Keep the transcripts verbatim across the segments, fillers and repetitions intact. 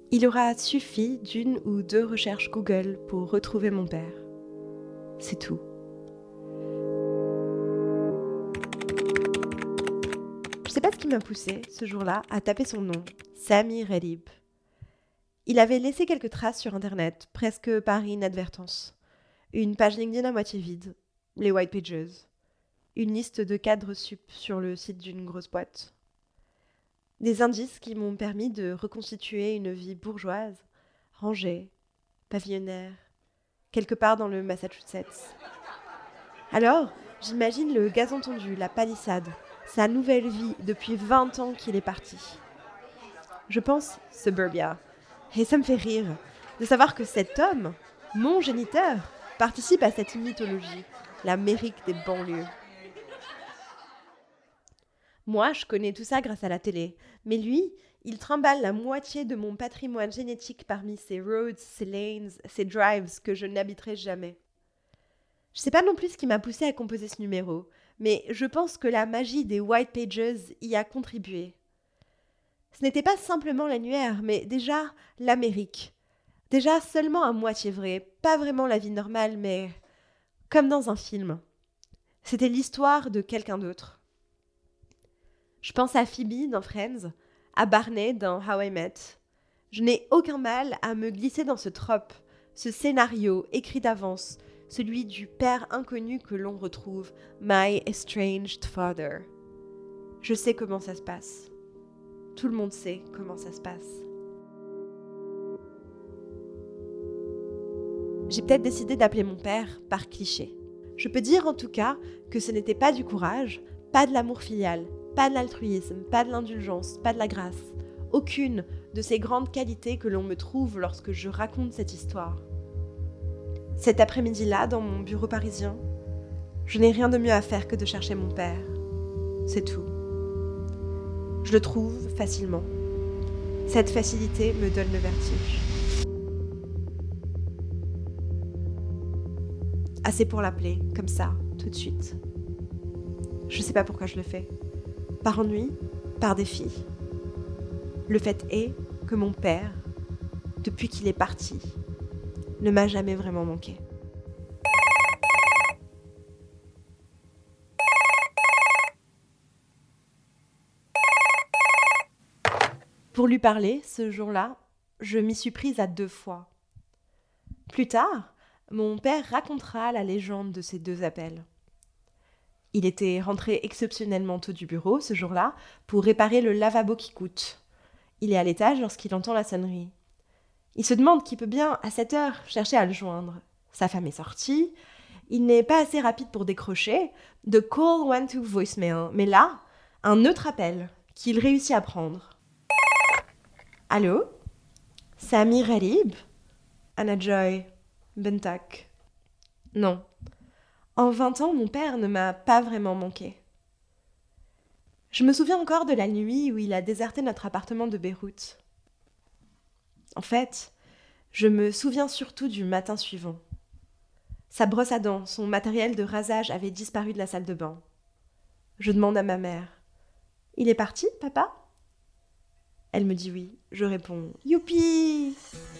Il aura suffi d'une ou deux recherches Google pour retrouver mon père. C'est tout. Je sais pas ce qui m'a poussé, ce jour-là, à taper son nom, Sami Relib. Il avait laissé quelques traces sur Internet, presque par inadvertance. Une page LinkedIn à moitié vide, les White Pages, une liste de cadres sup sur le site d'une grosse boîte. Des indices qui m'ont permis de reconstituer une vie bourgeoise, rangée, pavillonnaire, quelque part dans le Massachusetts. Alors, j'imagine le gazon tondu, la palissade, sa nouvelle vie depuis vingt ans qu'il est parti. Je pense Suburbia, et ça me fait rire de savoir que cet homme, mon géniteur, participe à cette mythologie, l'Amérique des banlieues. Moi, je connais tout ça grâce à la télé, mais lui, il trimballe la moitié de mon patrimoine génétique parmi ces roads, ces lanes, ces drives que je n'habiterai jamais. Je sais pas non plus ce qui m'a poussé à composer ce numéro, mais je pense que la magie des White Pages y a contribué. Ce n'était pas simplement l'annuaire, mais déjà l'Amérique. Déjà seulement à moitié vrai, pas vraiment la vie normale, mais comme dans un film. C'était l'histoire de quelqu'un d'autre. Je pense à Phoebe dans Friends, à Barney dans How I Met. Je n'ai aucun mal à me glisser dans ce trope, ce scénario écrit d'avance, celui du père inconnu que l'on retrouve, My Estranged Father. Je sais comment ça se passe. Tout le monde sait comment ça se passe. J'ai peut-être décidé d'appeler mon père par cliché. Je peux dire en tout cas que ce n'était pas du courage, pas de l'amour filial, pas de l'altruisme, pas de l'indulgence, pas de la grâce. Aucune de ces grandes qualités que l'on me trouve lorsque je raconte cette histoire. Cet après-midi-là, dans mon bureau parisien, je n'ai rien de mieux à faire que de chercher mon père. C'est tout. Je le trouve facilement. Cette facilité me donne le vertige. Assez pour l'appeler, comme ça, tout de suite. Je sais pas pourquoi je le fais. Par ennui, par défi. Le fait est que mon père, depuis qu'il est parti, ne m'a jamais vraiment manqué. Pour lui parler, ce jour-là, je m'y suis prise à deux fois. Plus tard, mon père racontera la légende de ces deux appels. Il était rentré exceptionnellement tôt du bureau, ce jour-là, pour réparer le lavabo qui coûte. Il est à l'étage lorsqu'il entend la sonnerie. Il se demande qui peut bien, à cette heure, chercher à le joindre. Sa femme est sortie. Il n'est pas assez rapide pour décrocher. The call went to voicemail. Mais là, un autre appel qu'il réussit à prendre. Allô? Sami Relib? Anna Joy? Bentak? Non. En vingt ans, mon père ne m'a pas vraiment manqué. Je me souviens encore de la nuit où il a déserté notre appartement de Beyrouth. En fait, je me souviens surtout du matin suivant. Sa brosse à dents, son matériel de rasage avaient disparu de la salle de bain. Je demande à ma mère. « Il est parti, papa ?» Elle me dit oui. Je réponds « Youpi !»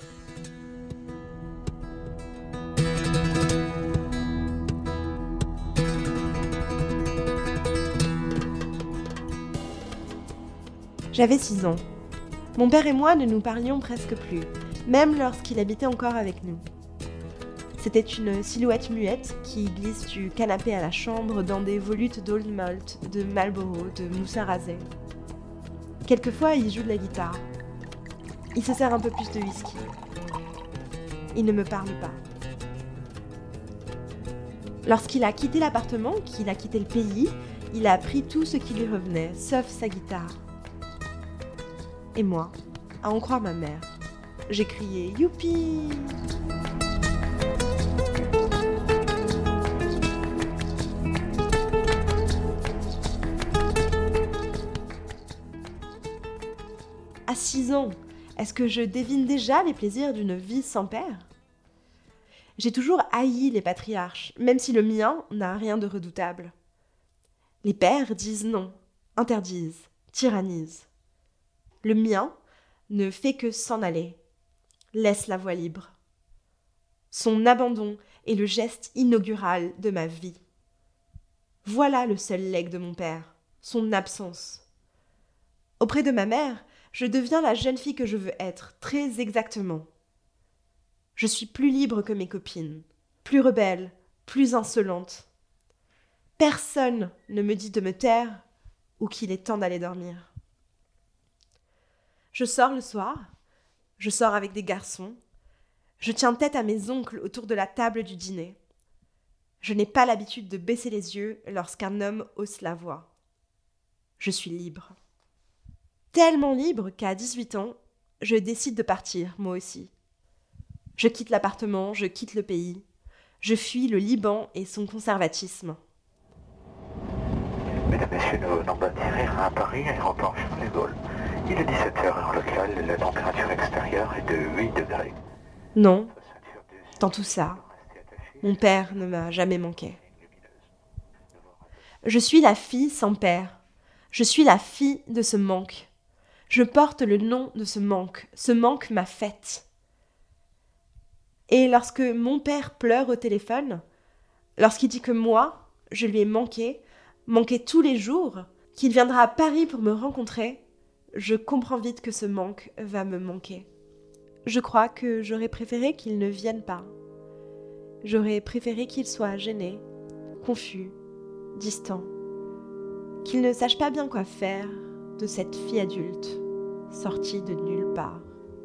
J'avais six ans. Mon père et moi ne nous parlions presque plus, même lorsqu'il habitait encore avec nous. C'était une silhouette muette qui glisse du canapé à la chambre dans des volutes d'Old Malt, de Marlboro, de Moussin rasé. Quelquefois, il joue de la guitare. Il se sert un peu plus de whisky. Il ne me parle pas. Lorsqu'il a quitté l'appartement, qu'il a quitté le pays, il a pris tout ce qui lui revenait, sauf sa guitare. Et moi, à en croire ma mère, j'ai crié « Youpi !» À six ans, est-ce que je devine déjà les plaisirs d'une vie sans père ? J'ai toujours haï les patriarches, même si le mien n'a rien de redoutable. Les pères disent non, interdisent, tyrannisent. Le mien ne fait que s'en aller, laisse la voie libre. Son abandon est le geste inaugural de ma vie. Voilà le seul legs de mon père, son absence. Auprès de ma mère, je deviens la jeune fille que je veux être, très exactement. Je suis plus libre que mes copines, plus rebelle, plus insolente. Personne ne me dit de me taire ou qu'il est temps d'aller dormir. Je sors le soir, je sors avec des garçons, je tiens tête à mes oncles autour de la table du dîner. Je n'ai pas l'habitude de baisser les yeux lorsqu'un homme hausse la voix. Je suis libre. Tellement libre qu'à dix-huit ans, je décide de partir, moi aussi. Je quitte l'appartement, je quitte le pays. Je fuis le Liban et son conservatisme. Mesdames, Messieurs, nous venons d'atterrir à Paris, aéroport Charles de Gaulle. Il est dix-sept heures heure locale, la température extérieure est de huit degrés. Non, dans tout ça, mon père ne m'a jamais manqué. Je suis la fille sans père. Je suis la fille de ce manque. Je porte le nom de ce manque. Ce manque m'a faite. Et lorsque mon père pleure au téléphone, lorsqu'il dit que moi, je lui ai manqué, manqué tous les jours, qu'il viendra à Paris pour me rencontrer, je comprends vite que ce manque va me manquer. Je crois que j'aurais préféré qu'il ne vienne pas. J'aurais préféré qu'il soit gêné, confus, distant, qu'il ne sache pas bien quoi faire de cette fille adulte, sortie de nulle part.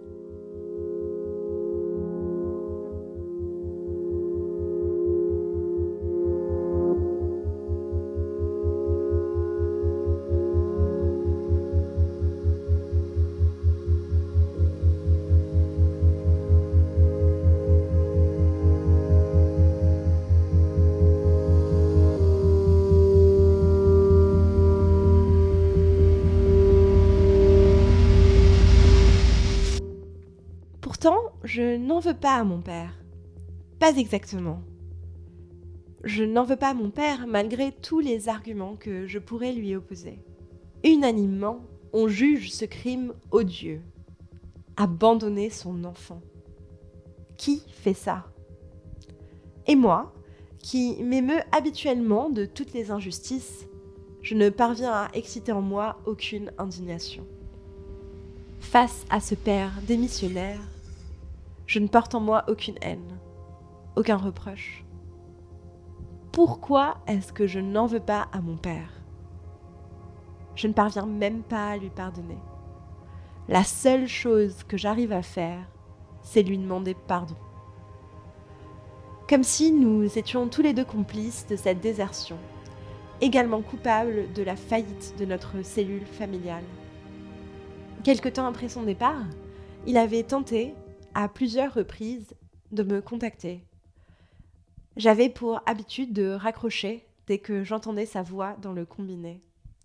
Pourtant, je n'en veux pas à mon père. Pas exactement. Je n'en veux pas à mon père malgré tous les arguments que je pourrais lui opposer. Unanimement, on juge ce crime odieux. Abandonner son enfant. Qui fait ça ? Et moi, qui m'émeut habituellement de toutes les injustices, je ne parviens à exciter en moi aucune indignation. Face à ce père démissionnaire, je ne porte en moi aucune haine, aucun reproche. Pourquoi est-ce que je n'en veux pas à mon père ? Je ne parviens même pas à lui pardonner. La seule chose que j'arrive à faire, c'est lui demander pardon. Comme si nous étions tous les deux complices de cette désertion, également coupables de la faillite de notre cellule familiale. Quelque temps après son départ, il avait tenté, à plusieurs reprises, de me contacter. J'avais pour habitude de raccrocher dès que j'entendais sa voix dans le combiné.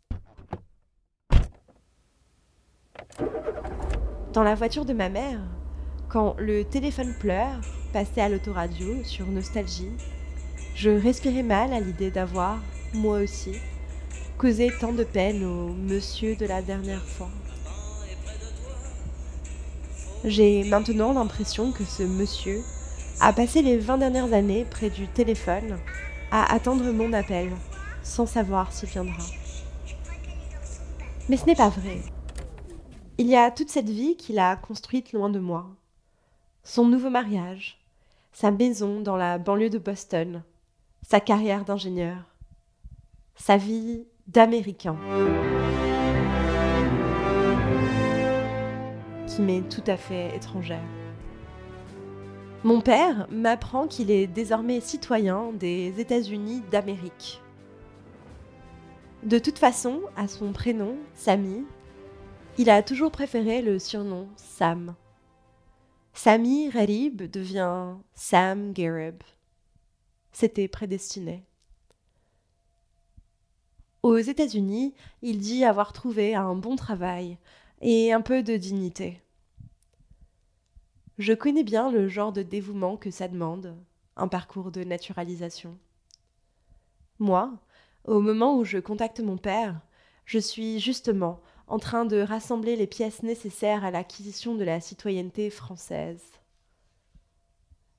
Dans la voiture de ma mère, quand le téléphone pleure passait à l'autoradio sur Nostalgie, je respirais mal à l'idée d'avoir, moi aussi, causé tant de peine au monsieur de la dernière fois. J'ai maintenant l'impression que ce monsieur a passé les vingt dernières années près du téléphone à attendre mon appel, sans savoir s'il viendra. Mais ce n'est pas vrai. Il y a toute cette vie qu'il a construite loin de moi. Son nouveau mariage, sa maison dans la banlieue de Boston, sa carrière d'ingénieur, sa vie d'Américain, qui m'est tout à fait étrangère. Mon père m'apprend qu'il est désormais citoyen des États-Unis d'Amérique. De toute façon, à son prénom, Sami, il a toujours préféré le surnom Sam. Sami Gharib devient Sam Gharib. C'était prédestiné. Aux États-Unis, il dit avoir trouvé un bon travail et un peu de dignité. Je connais bien le genre de dévouement que ça demande, un parcours de naturalisation. Moi, au moment où je contacte mon père, je suis justement en train de rassembler les pièces nécessaires à l'acquisition de la citoyenneté française.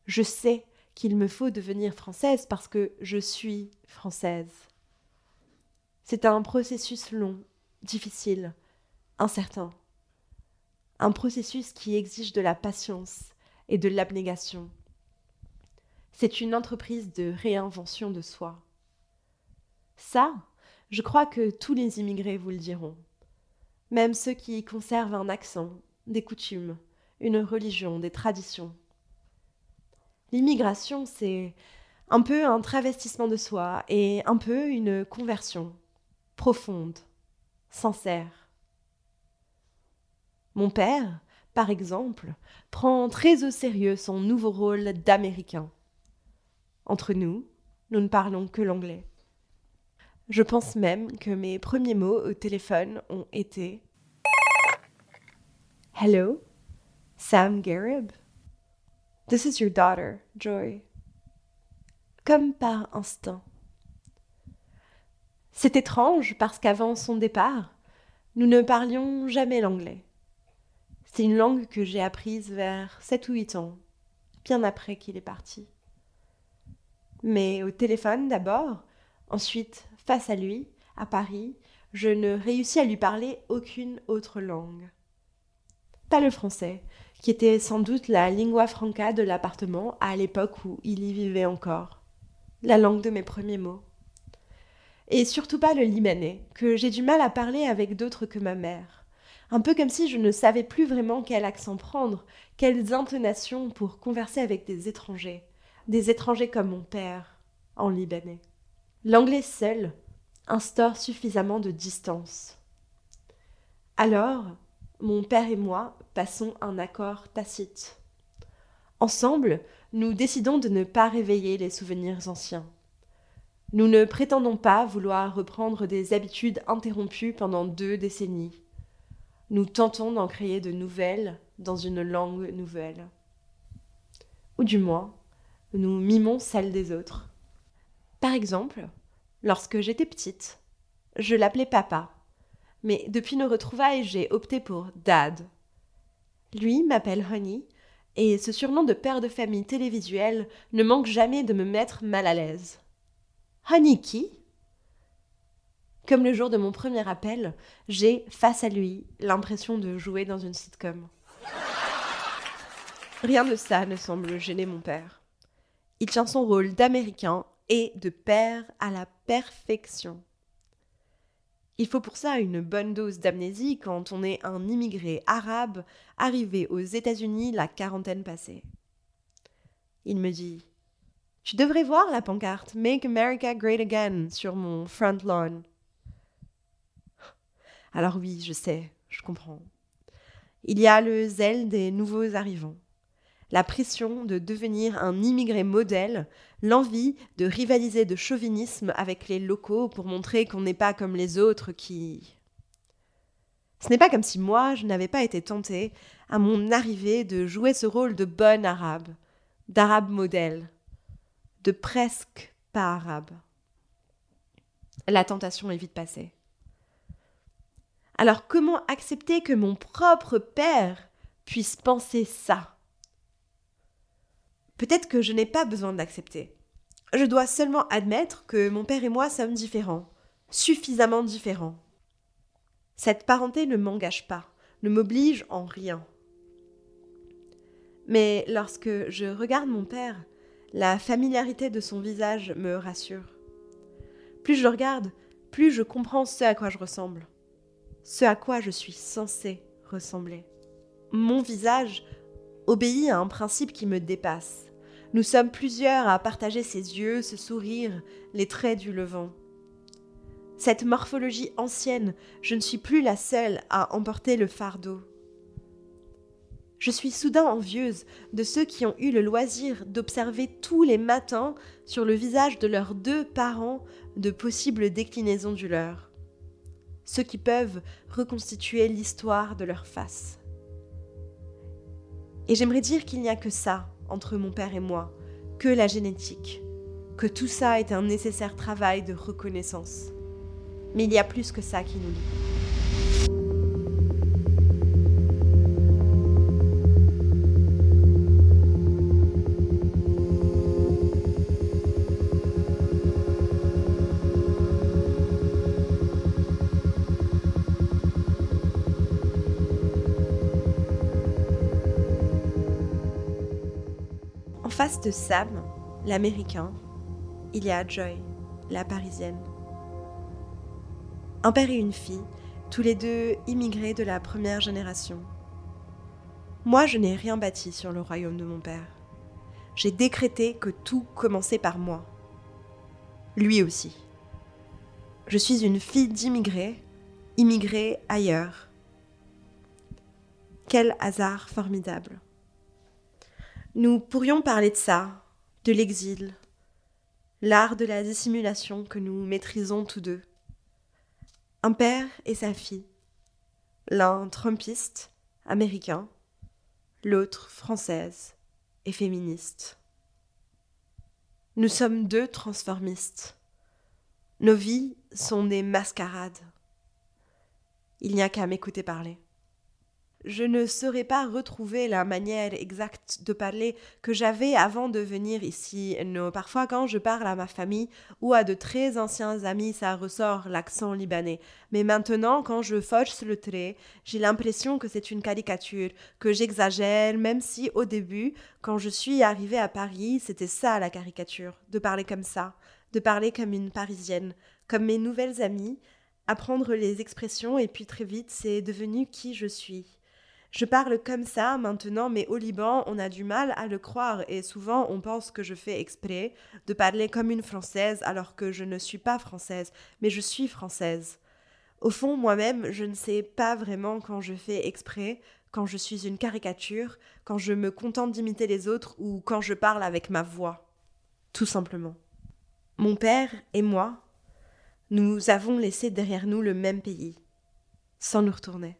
Je sais qu'il me faut devenir française parce que je suis française. C'est un processus long, difficile, incertain. Un processus qui exige de la patience et de l'abnégation. C'est une entreprise de réinvention de soi. Ça, je crois que tous les immigrés vous le diront. Même ceux qui conservent un accent, des coutumes, une religion, des traditions. L'immigration, c'est un peu un travestissement de soi et un peu une conversion profonde, sincère. Mon père, par exemple, prend très au sérieux son nouveau rôle d'Américain. Entre nous, nous ne parlons que l'anglais. Je pense même que mes premiers mots au téléphone ont été « Hello, Sam Garib. This is your daughter, Joy. » Comme par instinct. C'est étrange parce qu'avant son départ, nous ne parlions jamais l'anglais. C'est une langue que j'ai apprise vers sept ou huit ans, bien après qu'il est parti. Mais au téléphone d'abord, ensuite face à lui, à Paris, je ne réussis à lui parler aucune autre langue. Pas le français, qui était sans doute la lingua franca de l'appartement à l'époque où il y vivait encore, la langue de mes premiers mots. Et surtout pas le libanais, que j'ai du mal à parler avec d'autres que ma mère. Un peu comme si je ne savais plus vraiment quel accent prendre, quelles intonations pour converser avec des étrangers, des étrangers comme mon père, en libanais. L'anglais seul instaure suffisamment de distance. Alors, mon père et moi passons un accord tacite. Ensemble, nous décidons de ne pas réveiller les souvenirs anciens. Nous ne prétendons pas vouloir reprendre des habitudes interrompues pendant deux décennies. Nous tentons d'en créer de nouvelles dans une langue nouvelle. Ou du moins, nous mimons celles des autres. Par exemple, lorsque j'étais petite, je l'appelais papa, mais depuis nos retrouvailles, j'ai opté pour Dad. Lui m'appelle Honey, et ce surnom de père de famille télévisuel ne manque jamais de me mettre mal à l'aise. Honey qui ? Comme le jour de mon premier appel, j'ai, face à lui, l'impression de jouer dans une sitcom. Rien de ça ne semble gêner mon père. Il tient son rôle d'Américain et de père à la perfection. Il faut pour ça une bonne dose d'amnésie quand on est un immigré arabe arrivé aux États-Unis la quarantaine passée. Il me dit « Tu devrais voir la pancarte « Make America Great Again » sur mon front lawn. » Alors oui, je sais, je comprends. Il y a le zèle des nouveaux arrivants. La pression de devenir un immigré modèle, l'envie de rivaliser de chauvinisme avec les locaux pour montrer qu'on n'est pas comme les autres qui... Ce n'est pas comme si moi, je n'avais pas été tentée, à mon arrivée, de jouer ce rôle de bonne arabe, d'arabe modèle, de presque pas arabe. La tentation est vite passée. Alors comment accepter que mon propre père puisse penser ça ? Peut-être que je n'ai pas besoin d'accepter. Je dois seulement admettre que mon père et moi sommes différents, suffisamment différents. Cette parenté ne m'engage pas, ne m'oblige en rien. Mais lorsque je regarde mon père, la familiarité de son visage me rassure. Plus je le regarde, plus je comprends ce à quoi je ressemble, ce à quoi je suis censée ressembler. Mon visage obéit à un principe qui me dépasse. Nous sommes plusieurs à partager ces yeux, ce sourire, les traits du levant. Cette morphologie ancienne, je ne suis plus la seule à emporter le fardeau. Je suis soudain envieuse de ceux qui ont eu le loisir d'observer tous les matins sur le visage de leurs deux parents de possibles déclinaisons du leur. Ceux qui peuvent reconstituer l'histoire de leur face. Et j'aimerais dire qu'il n'y a que ça entre mon père et moi, que la génétique, que tout ça est un nécessaire travail de reconnaissance. Mais il y a plus que ça qui nous lie. face de Sam, l'Américain, il y a Joy, la Parisienne. Un père et une fille, tous les deux immigrés de la première génération. Moi, je n'ai rien bâti sur le royaume de mon père. J'ai décrété que tout commençait par moi. Lui aussi. Je suis une fille d'immigrés, immigrée ailleurs. Quel hasard formidable. Nous pourrions parler de ça, de l'exil, l'art de la dissimulation que nous maîtrisons tous deux. Un père et sa fille, l'un trumpiste, américain, l'autre française et féministe. Nous sommes deux transformistes. Nos vies sont des mascarades. Il n'y a qu'à m'écouter parler. Je ne saurais pas retrouver la manière exacte de parler que j'avais avant de venir ici. Non, parfois quand je parle à ma famille ou à de très anciens amis, ça ressort l'accent libanais. Mais maintenant, quand je fauche le trait, j'ai l'impression que c'est une caricature, que j'exagère, même si au début, quand je suis arrivée à Paris, c'était ça la caricature, de parler comme ça, de parler comme une Parisienne, comme mes nouvelles amies, apprendre les expressions et puis très vite, c'est devenu qui je suis. Je parle comme ça maintenant, mais au Liban, on a du mal à le croire et souvent on pense que je fais exprès de parler comme une Française alors que je ne suis pas française, mais je suis française. Au fond, moi-même, je ne sais pas vraiment quand je fais exprès, quand je suis une caricature, quand je me contente d'imiter les autres ou quand je parle avec ma voix. Tout simplement. Mon père et moi, nous avons laissé derrière nous le même pays, sans nous retourner.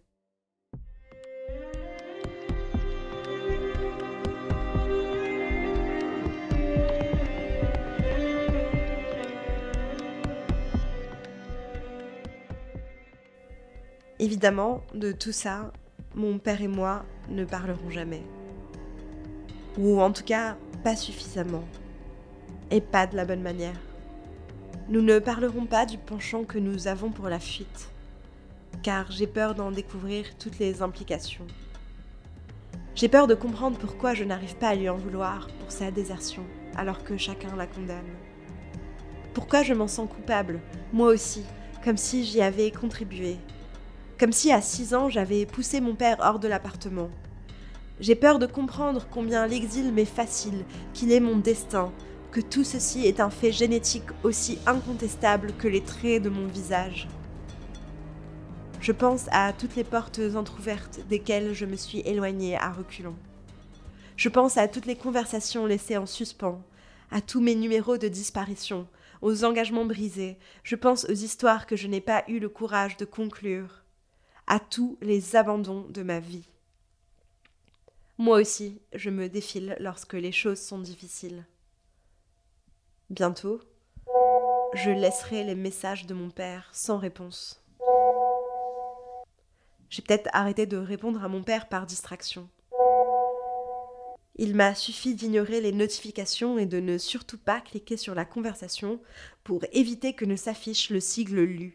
Évidemment, de tout ça, mon père et moi ne parlerons jamais. Ou en tout cas, pas suffisamment. Et pas de la bonne manière. Nous ne parlerons pas du penchant que nous avons pour la fuite, car j'ai peur d'en découvrir toutes les implications. J'ai peur de comprendre pourquoi je n'arrive pas à lui en vouloir pour sa désertion, alors que chacun la condamne. Pourquoi je m'en sens coupable, moi aussi, comme si j'y avais contribué. Comme si à six ans, j'avais poussé mon père hors de l'appartement. J'ai peur de comprendre combien l'exil m'est facile, qu'il est mon destin, que tout ceci est un fait génétique aussi incontestable que les traits de mon visage. Je pense à toutes les portes entr'ouvertes desquelles je me suis éloignée à reculons. Je pense à toutes les conversations laissées en suspens, à tous mes numéros de disparition, aux engagements brisés. Je pense aux histoires que je n'ai pas eu le courage de conclure, à tous les abandons de ma vie. Moi aussi, je me défile lorsque les choses sont difficiles. Bientôt, je laisserai les messages de mon père sans réponse. J'ai peut-être arrêté de répondre à mon père par distraction. Il m'a suffi d'ignorer les notifications et de ne surtout pas cliquer sur la conversation pour éviter que ne s'affiche le sigle lu.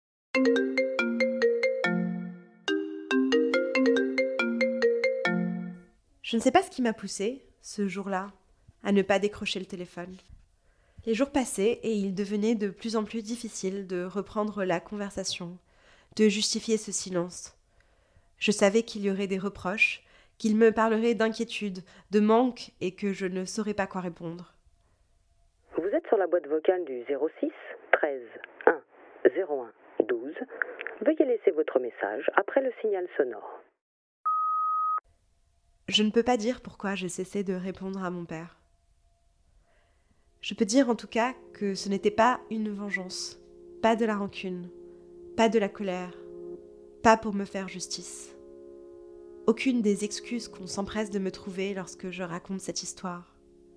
Je ne sais pas ce qui m'a poussée, ce jour-là, à ne pas décrocher le téléphone. Les jours passaient et il devenait de plus en plus difficile de reprendre la conversation, de justifier ce silence. Je savais qu'il y aurait des reproches, qu'il me parlerait d'inquiétude, de manque et que je ne saurais pas quoi répondre. Vous êtes sur la boîte vocale du zéro six treize un zéro un douze. Veuillez laisser votre message après le signal sonore. Je ne peux pas dire pourquoi j'ai cessé de répondre à mon père. Je peux dire en tout cas que ce n'était pas une vengeance, pas de la rancune, pas de la colère, pas pour me faire justice. Aucune des excuses qu'on s'empresse de me trouver lorsque je raconte cette histoire.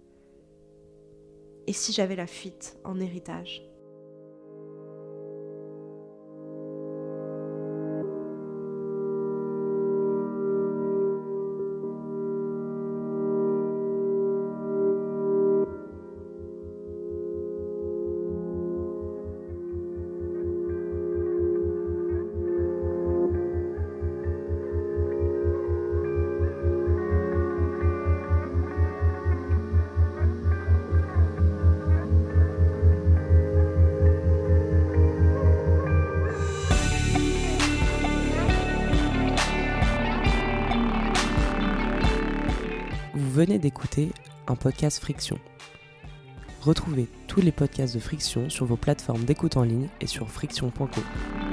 Et si j'avais la fuite en héritage ? Vous venez d'écouter un podcast Friction. Retrouvez tous les podcasts de Friction sur vos plateformes d'écoute en ligne et sur friction point co.